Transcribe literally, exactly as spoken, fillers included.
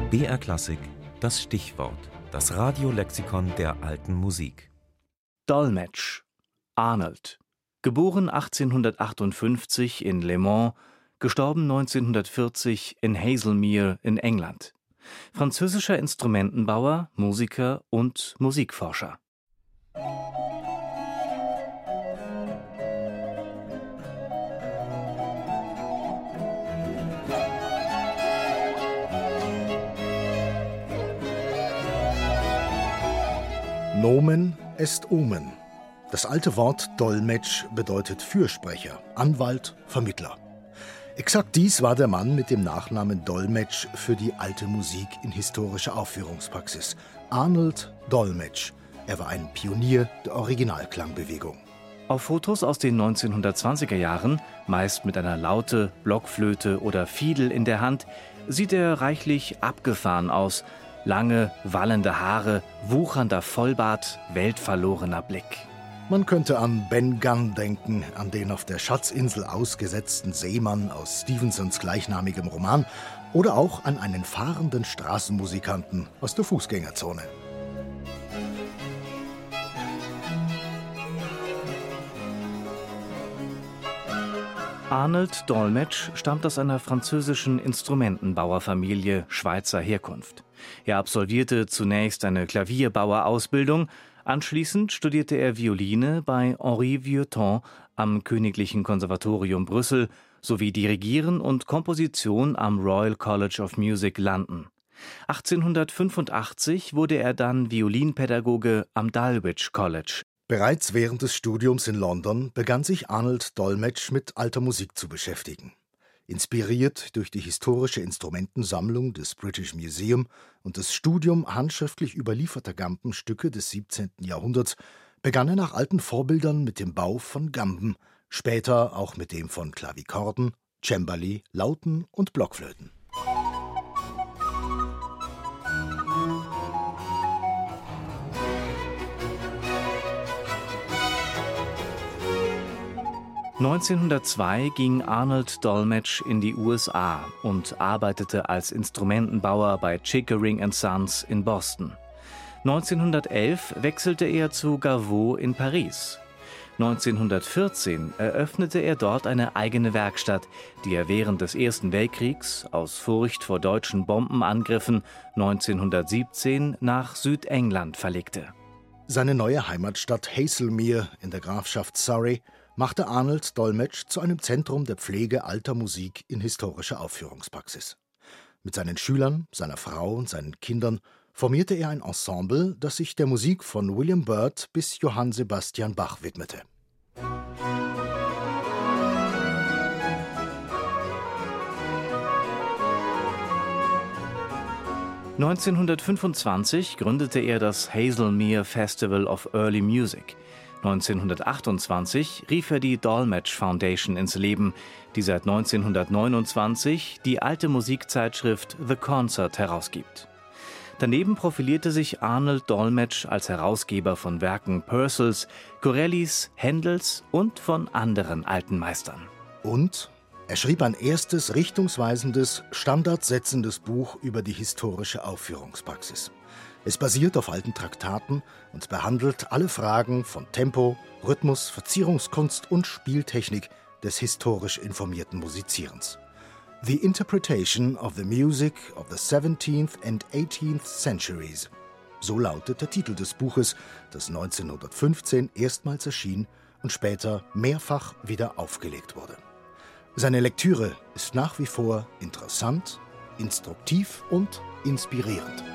B R Klassik, das Stichwort, das Radiolexikon der alten Musik. Dolmetsch, Arnold. Geboren achtzehnhundertachtundfünfzig in Le Mans, gestorben neunzehnhundertvierzig in Haslemere in England. Französischer Instrumentenbauer, Musiker und Musikforscher. Nomen est Omen. Das alte Wort Dolmetsch bedeutet Fürsprecher, Anwalt, Vermittler. Exakt dies war der Mann mit dem Nachnamen Dolmetsch für die alte Musik in historischer Aufführungspraxis. Arnold Dolmetsch. Er war ein Pionier der Originalklangbewegung. Auf Fotos aus den neunzehnhundertzwanziger Jahren, meist mit einer Laute, Blockflöte oder Fiedel in der Hand, sieht er reichlich abgefahren aus. Lange, wallende Haare, wuchernder Vollbart, weltverlorener Blick. Man könnte an Ben Gunn denken, an den auf der Schatzinsel ausgesetzten Seemann aus Stevensons gleichnamigem Roman, oder auch an einen fahrenden Straßenmusikanten aus der Fußgängerzone. Arnold Dolmetsch stammt aus einer französischen Instrumentenbauerfamilie Schweizer Herkunft. Er absolvierte zunächst eine Klavierbauerausbildung, anschließend studierte er Violine bei Henri Vieuxtemps am Königlichen Konservatorium Brüssel sowie Dirigieren und Komposition am Royal College of Music London. achtzehnhundertfünfundachtzig wurde er dann Violinpädagoge am Dulwich College. Bereits während des Studiums in London begann sich Arnold Dolmetsch mit alter Musik zu beschäftigen. Inspiriert durch die historische Instrumentensammlung des British Museum und das Studium handschriftlich überlieferter Gambenstücke des siebzehnten Jahrhunderts begann er nach alten Vorbildern mit dem Bau von Gamben, später auch mit dem von Klavikorden, Cembali, Lauten und Blockflöten. neunzehnhundertzwei ging Arnold Dolmetsch in die U S A und arbeitete als Instrumentenbauer bei Chickering and Sons in Boston. neunzehnhundertelf wechselte er zu Gaveau in Paris. neunzehnhundertvierzehn eröffnete er dort eine eigene Werkstatt, die er während des Ersten Weltkriegs aus Furcht vor deutschen Bombenangriffen neunzehnhundertsiebzehn nach Südengland verlegte. Seine neue Heimatstadt Haslemere in der Grafschaft Surrey machte Arnold Dolmetsch zu einem Zentrum der Pflege alter Musik in historischer Aufführungspraxis. Mit seinen Schülern, seiner Frau und seinen Kindern formierte er ein Ensemble, das sich der Musik von William Byrd bis Johann Sebastian Bach widmete. neunzehnhundertfünfundzwanzig gründete er das Haslemere Festival of Early Music. neunzehnhundertachtundzwanzig rief er die Dolmetsch Foundation ins Leben, die seit neunzehnhundertneunundzwanzig die alte Musikzeitschrift The Concert herausgibt. Daneben profilierte sich Arnold Dolmetsch als Herausgeber von Werken Purcells, Corellis, Händels und von anderen alten Meistern. Und er schrieb ein erstes richtungsweisendes, standardsetzendes Buch über die historische Aufführungspraxis. Es basiert auf alten Traktaten und behandelt alle Fragen von Tempo, Rhythmus, Verzierungskunst und Spieltechnik des historisch informierten Musizierens. The Interpretation of the Music of the seventeenth and eighteenth Centuries. So lautet der Titel des Buches, das neunzehnhundertfünfzehn erstmals erschien und später mehrfach wieder aufgelegt wurde. Seine Lektüre ist nach wie vor interessant, instruktiv und inspirierend.